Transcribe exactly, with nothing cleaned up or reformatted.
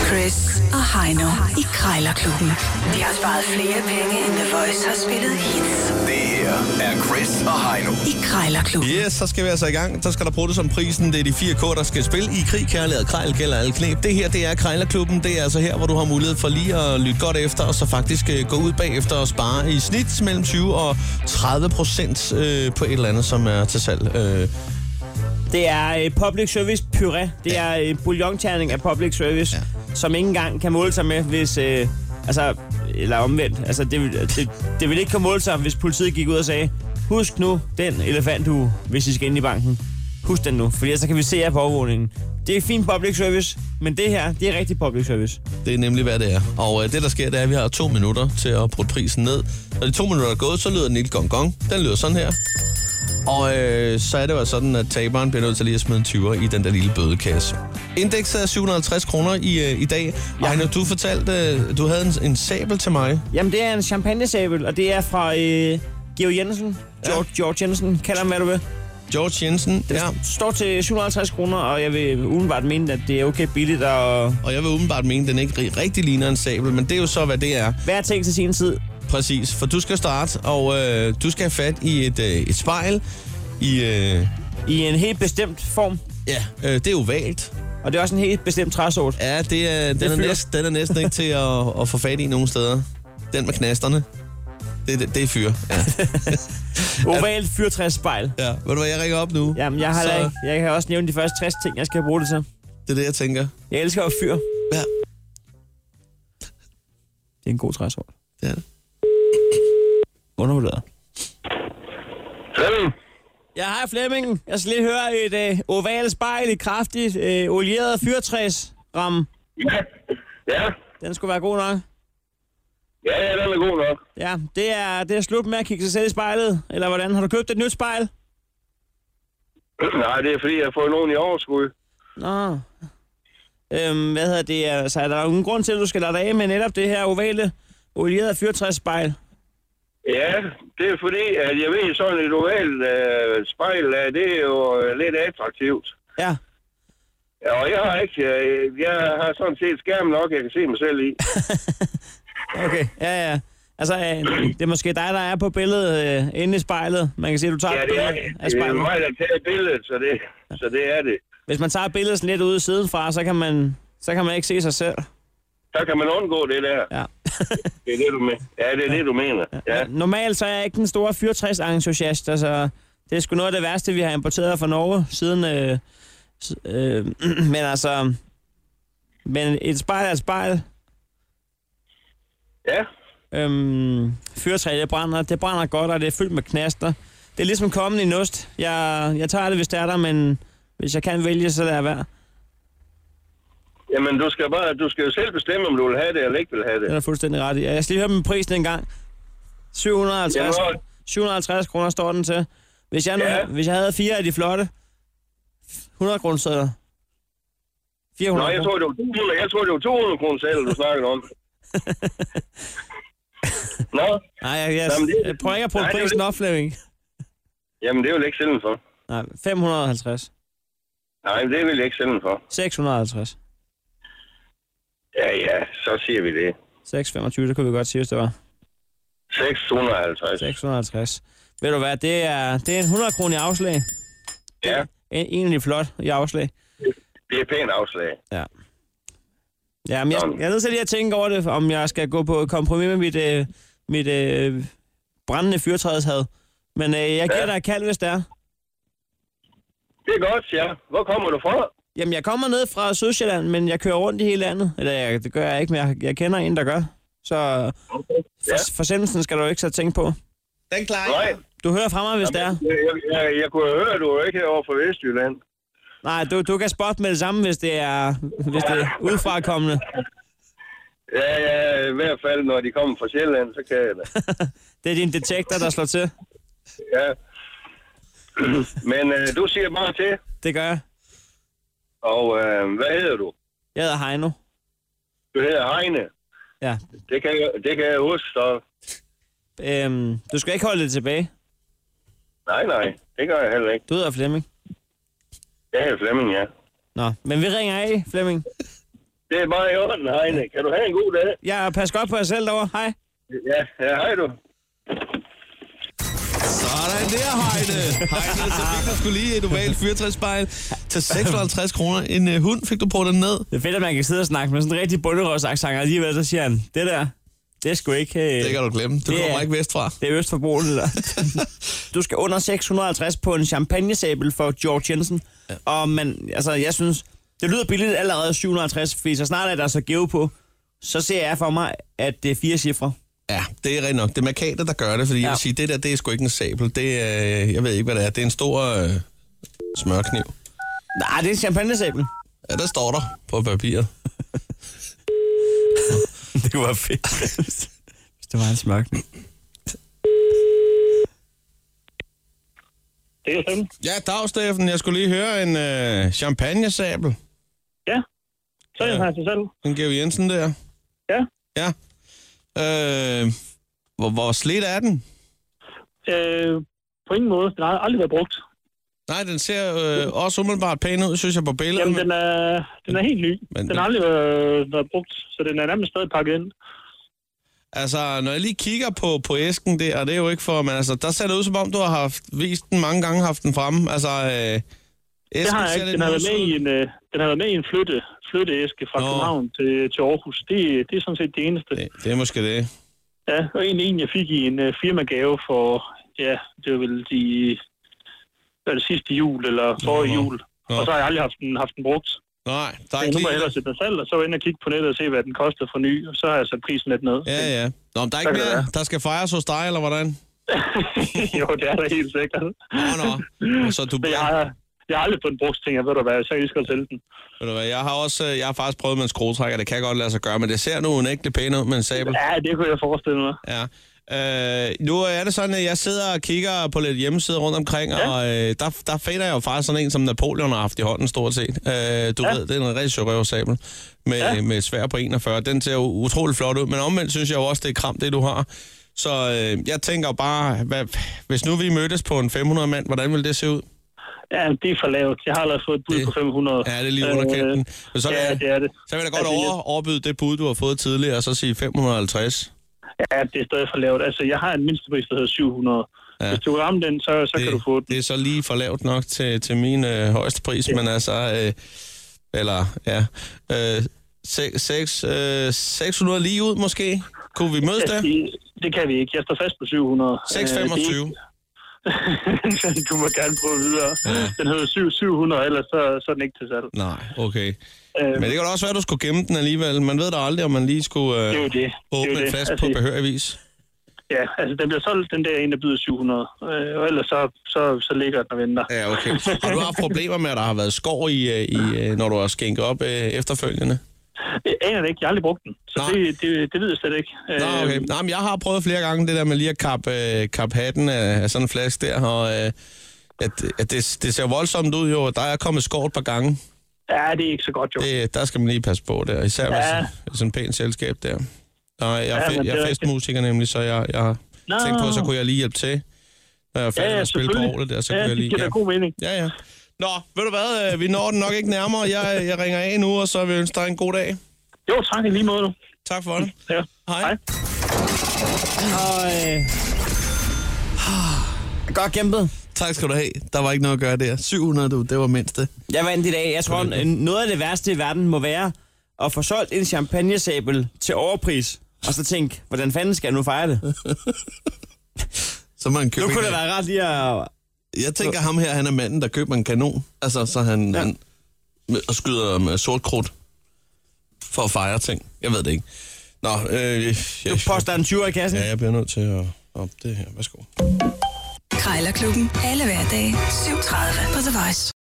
Chris og Heino i Krejlerklubben. De har sparet flere penge, end The Voice har spillet hits. Det her er Chris og Heino i Krejlerklubben. Yes, så skal vi altså i gang. Så skal der bruges som prisen. Det er de fire K, der skal spille i krig, kærlighed, krejl, gælder alle knæb. Det her, det er Krejlerklubben. Det er altså her, hvor du har mulighed for lige at lytte godt efter, og så faktisk uh, gå ud bagefter og spare i snit mellem tyve og tredive procent uh, på et eller andet, som er til salg. Uh, Det er uh, public service puré. Det er uh, bouillonterning af public service, ja. Som ikke engang kan måle sig med, hvis... Uh, altså, eller omvendt. Altså, det, det, det vil ikke kunne måle sig, hvis politiet gik ud og sagde, husk nu den elefanthue, hvis I skal ind i banken. Husk den nu, for så kan vi se jer på overvågningen. Det er fint public service, men det her, det er rigtig public service. Det er nemlig, hvad det er. Og uh, det, der sker, det er, at vi har to minutter til at putte prisen ned. Når de to minutter er gået, så lyder den lille gong gong. Den lyder sådan her. Og øh, så er det jo sådan, at taberen bliver nødt til lige at smide en tyver i den der lille bødekasse. Indekset er syv hundrede og halvtreds kroner i, øh, i dag. Ja. Ejner, du fortalte, øh, du havde en, en sabel til mig. Jamen, det er en champagne-sabel, og det er fra øh, Georg Jensen. George, ja. George Jensen, kalder ham, hvad du vil. George Jensen, det ja. står til syv hundrede og halvtreds kroner, og jeg vil umiddelbart mene, at det er okay billigt. Og, og jeg vil umiddelbart mene, at den ikke rigtig ligner en sabel, men det er jo så, hvad det er. Hver ting til sin tid. Præcis, for du skal starte, og øh, du skal have fat i et, øh, et spejl. I, øh... I en helt bestemt form. Ja, øh, det er ovalt. Og det er også en helt bestemt træsort. Ja, det er, den, det er, er næsten, den er næsten ikke til at, at få fat i nogen steder. Den med knasterne. Det, det, det er fyr. Ja. Ovalt fyrtræsspejl. Ja, ved du hvad, jeg ringer op nu. Jamen, jeg har så... ikke. Jeg kan også nævne de første tres ting, jeg skal bruge det til. Det er det, jeg tænker. Jeg elsker at fyr. Ja. Det er en god træsort. Det er det. Undervurderet. Flemming. Ja, hej Flemming. Jeg skal lige høre et øh, ovalt spejl i kraftigt øh, olieret fyrtræsramme. Ja. Ja. Den skulle være god nok. Ja, ja, den er god nok. Ja, det er, det er slut med at kigge sig selv i spejlet. Eller hvordan? Har du købt et nyt spejl? Nej, det er fordi, jeg har fået nogen i overskud. Nå. Øhm, hvad hedder det? Altså, er der nogen grund til, at du skal lade dig af med netop det her ovale olierede fyrtræsspejl? Ja, det er fordi, at jeg ved, sådan et ovalt øh, spejl, øh, det er jo øh, lidt attraktivt. Ja. Ja, og jeg har ikke, øh, jeg har sådan set skærm nok, jeg kan se mig selv i. Okay, ja, ja. Altså, øh, det er måske dig, der er på billedet øh, inde i spejlet. Man kan se, at du tager ja, et billede af spejlet. det er mig, der tager billedet, så det, ja. så det er det. Hvis man tager billedet lidt ude siden fra, så kan man, så kan man ikke se sig selv. Så kan man undgå det der. Ja. Det er det, du mener. Ja, det er ja. det, du mener. Ja. Normalt så er jeg ikke den store fyrtræs-entusiast. Altså, det er sgu noget af det værste, vi har importeret fra Norge siden... Øh, øh, men altså... Men et spejl er et spejl. Ja. Øhm, fyrtræ, det brænder, det brænder godt, og det er fyldt med knaster. Det er ligesom kommen i en ost. Jeg, jeg tager det, hvis det er der, men hvis jeg kan vælge, så lader jeg være. Jamen, du skal, bare, du skal jo selv bestemme, om du vil have det, eller ikke vil have det. Det er fuldstændig ret i. Jeg skal lige høre med prisen en gang. syv hundrede og halvtreds, syv hundrede og halvtreds kroner står den til. Hvis jeg, nu, ja. hvis jeg havde fire af de flotte, hundrede kroner sædler. fire hundrede. Nå, jeg tror, det var to hundrede, jeg tror, det var to hundrede kroner sædler, du snakkede om. Nå? Nej, jeg, jeg, Jamen, det, jeg prøver ikke at putte prisen op, Flemming. Jamen, det vil jeg ikke sælge for. Nej, fem hundrede og halvtreds. Nej, det vil jeg ikke sælge for. seks hundrede og halvtreds. Ja, ja, så siger vi det. seks komma femogtyve, det kunne vi godt sige, hvis det var. seks hundrede og halvtreds. seks hundrede og halvtreds. Ved du hvad, det er, det er en hundrede kroner i afslag. Ja. En, egentlig flot i afslag. Det er pænt afslag. Ja. Ja, men jeg, jeg er nødt til lige at tænke over det, om jeg skal gå på kompromis med mit, øh, mit øh, brændende fyrtrædshad. Men øh, jeg giver ja. dig et kald, hvis det er. Det er godt, ja. Hvor kommer du fra? Jamen, jeg kommer ned fra Sydsjælland, men jeg kører rundt i hele landet. Eller jeg, det gør jeg ikke, men jeg, jeg kender en, der gør. Så okay. ja. for, forsendelsen skal du ikke så tænke på. Den klarer jeg. Du hører fra mig, hvis Jamen, det er. Jeg, jeg, jeg, jeg kunne høre, at du er ikke herovre fra Vestjylland. Nej, du, du kan spotte med det samme, hvis det er, hvis det er udefrakommende. Ja, ja, i hvert fald, når de kommer fra Sjælland, så kan jeg det. Det er din detektor, der slår til. Ja. Men øh, du siger bare til. Det gør jeg. Og øh, hvad hedder du? Jeg hedder Heino. Du hedder Heine? Ja. Det kan jeg, det kan jeg huske, så... Øhm, du skal ikke holde det tilbage. Nej, nej, det gør jeg heller ikke. Du hedder Flemming. Jeg hedder Flemming, ja. Nå, men vi ringer af, Flemming. Det er bare i orden, Heine. Kan du have en god dag? Ja, pas godt på jer selv derovre. Hej. Ja, ja hej du. Sådan der, Heine. Heine, så fik du sgu lige et ovalt fyrtræsspejl til seksoghalvtreds kroner. En uh, hund fik du på den ned. Det er fedt, at man kan sidde og snakke med sådan en rigtig bunderøvsaccent, og alligevel så siger han, det der, det er sgu ikke... Øh, Det kan du glemme. Du det kommer er, ikke vestfra. Det er øst for Polen, det der. Du skal under seks hundrede og halvtreds på en champagnesabel for George Jensen. Ja. Og man, altså, jeg synes, det lyder billigt allerede syv hundrede og halvtreds, fordi så snart er der så gave på, så ser jeg for mig, at det er fire cifre. Ja, det er rigtigt nok. Det er Mercator, der gør det, fordi ja. Jeg vil sige, det der, det er sgu ikke en sabel. Det er, jeg ved ikke, hvad det er. Det er en stor øh, smørkniv. Nej, det er en champagnesabel. Ja, der står der på papiret. Det var fedt. Hvis det var en smørkniv. Det er sådan. Ja, dag, Steffen. Jeg skulle lige høre en øh, champagnesabel. Ja, så er jeg her til selv. Den Georg Jensen der. Ja. Ja. Øh, hvor, hvor slidt er den? Øh, på ingen måde. Den har aldrig været brugt. Nej, den ser øh, også umiddelbart pæn ud, synes jeg, på billederne. Jamen, den er, den er helt ny. Men, den har aldrig været, været brugt, så den er nærmest stadig pakket ind. Altså, når jeg lige kigger på, på æsken der, og det er jo ikke for, men altså, der ser det ud, som om du har haft, vist den mange gange, haft den fremme. Altså, øh, det har jeg ikke. Den har, været med i en, øh, den har været med i en flytte, flytteæske fra Nå. København til, til Aarhus. Det, det er sådan set det eneste. Det, det er måske det. Ja, og en, en jeg fik i en uh, firmagave for, ja, det var vel de, var det sidste jul, eller forrige jul. Nå. Og så har jeg aldrig haft den, haft den brugt. Nej, der er ikke. Nu må jeg hellere sætte den selv, og så var jeg inde og kigge på nettet og se, hvad den koster for ny, og så har jeg sat prisen lidt ned. Ja, ja. Nå, men der er ikke mere, der skal fejres hos dig, eller hvordan? Jo, det er der helt sikkert. Nå, nå. Og så du... Men jeg har, jeg har aldrig fået en brugt ting, jeg ved du hvad, så jeg skal sælge den. Ved du hvad, jeg har også, jeg har faktisk prøvet med en skruetrækker, det kan godt lade sig gøre, men det ser nu unægteligt pænt ud med en sabel. Ja, det kunne jeg forestille mig. Ja. Øh, nu er det sådan, at jeg sidder og kigger på lidt hjemmesider rundt omkring, ja. og øh, der, der finder jeg jo faktisk sådan en, som Napoleon har haft i hånden stort set. Øh, du ja. ved, det er en rigtig sørøversabel med, ja. med svær på enogfyrre. Den ser jo utroligt flot ud, men omvendt synes jeg jo også, det er kram, det du har. Så øh, jeg tænker bare, hvad, hvis nu vi mødtes på en fem hundrede mand, hvordan vil det se ud? Ja, det er for lavt. Jeg har allerede fået et bud det, på fem hundrede. Ja, det er lige under kanten. Men så, ja, det er det. Så vil jeg godt over, overbyde det bud, du har fået tidligere, og så sige fem hundrede og halvtreds. Ja, det er stadig for lavt. Altså, jeg har en mindstepris, der hedder syv hundrede. Ja. Hvis du rammer den, så, så det, kan du få den. Det er så lige for lavt nok til, til min øh, højeste pris, ja. Men altså... Øh, eller, ja... Øh, seks hundrede lige ud, måske? Kunne vi mødes der? Det, det kan vi ikke. Jeg står fast på syv hundrede. seks komma femogtyve. Du må gerne prøve videre. Ja. Den hedder syv hundrede, ellers så, så er den ikke til salg. Nej, okay. Øhm, Men det kan da også være, at du skulle gemme den alligevel. Man ved da aldrig, om man lige skulle øh, det det. åbne det en flaske altså, på behørig vis. Ja, altså den bliver solgt, den der en, der byder syv hundrede. Øh, og ellers så, så, så ligger den og venter. Ja, okay. Har du haft problemer med, at der har været skår i, i når du har skænket op øh, efterfølgende? Jeg aner det ikke. Jeg har aldrig brugt den. Så det, det, det ved jeg slet ikke. Nå, okay. Nå, men jeg har prøvet flere gange det der med lige at kappe øh, kap hatten af, af sådan en flaske der. Og øh, at, at det, det ser voldsomt ud jo. Der er kommet skår et par gange. Ja, det er ikke så godt jo. Det, der skal man lige passe på der. Især ja. Med sådan en pæn selskab der. Nå, jeg, ja, fe, jeg er festmusiker nemlig, så jeg, jeg har tænkt på, så kunne jeg lige hjælpe til. Når jeg er færdig ja, med at spille på ordet der, så ja, kunne jeg lige... Ja, det giver god mening. Ja, ja. Nå, ved du hvad? Vi når den nok ikke nærmere. Jeg, jeg ringer af nu, og så vil jeg ønske dig en god dag. Jo, tak i lige måde du. Tak for det. Ja. Hej. Hej. Og, øh... Godt kæmpet. Tak skal du have. Der var ikke noget at gøre der. syv hundrede, du. Det var mindste. Jeg vandt i dag. Jeg tror, noget af det værste i verden må være at få solgt en champagnesabel til overpris. Og så tænk, hvordan fanden skal jeg nu fejre det? Så man køber nu kunne det være ret lige at... Jeg tænker, ham her, han er manden, der køber en kanon. Altså, så han, ja. han og skyder med sort krudt for at fejre ting. Jeg ved det ikke. Nå, øh, jeg, du poster en tyver i kassen? Ja, jeg bliver nødt til at op det her. Værsgo. Krejlerklubben. Alle hverdage. syv tredive på The Voice.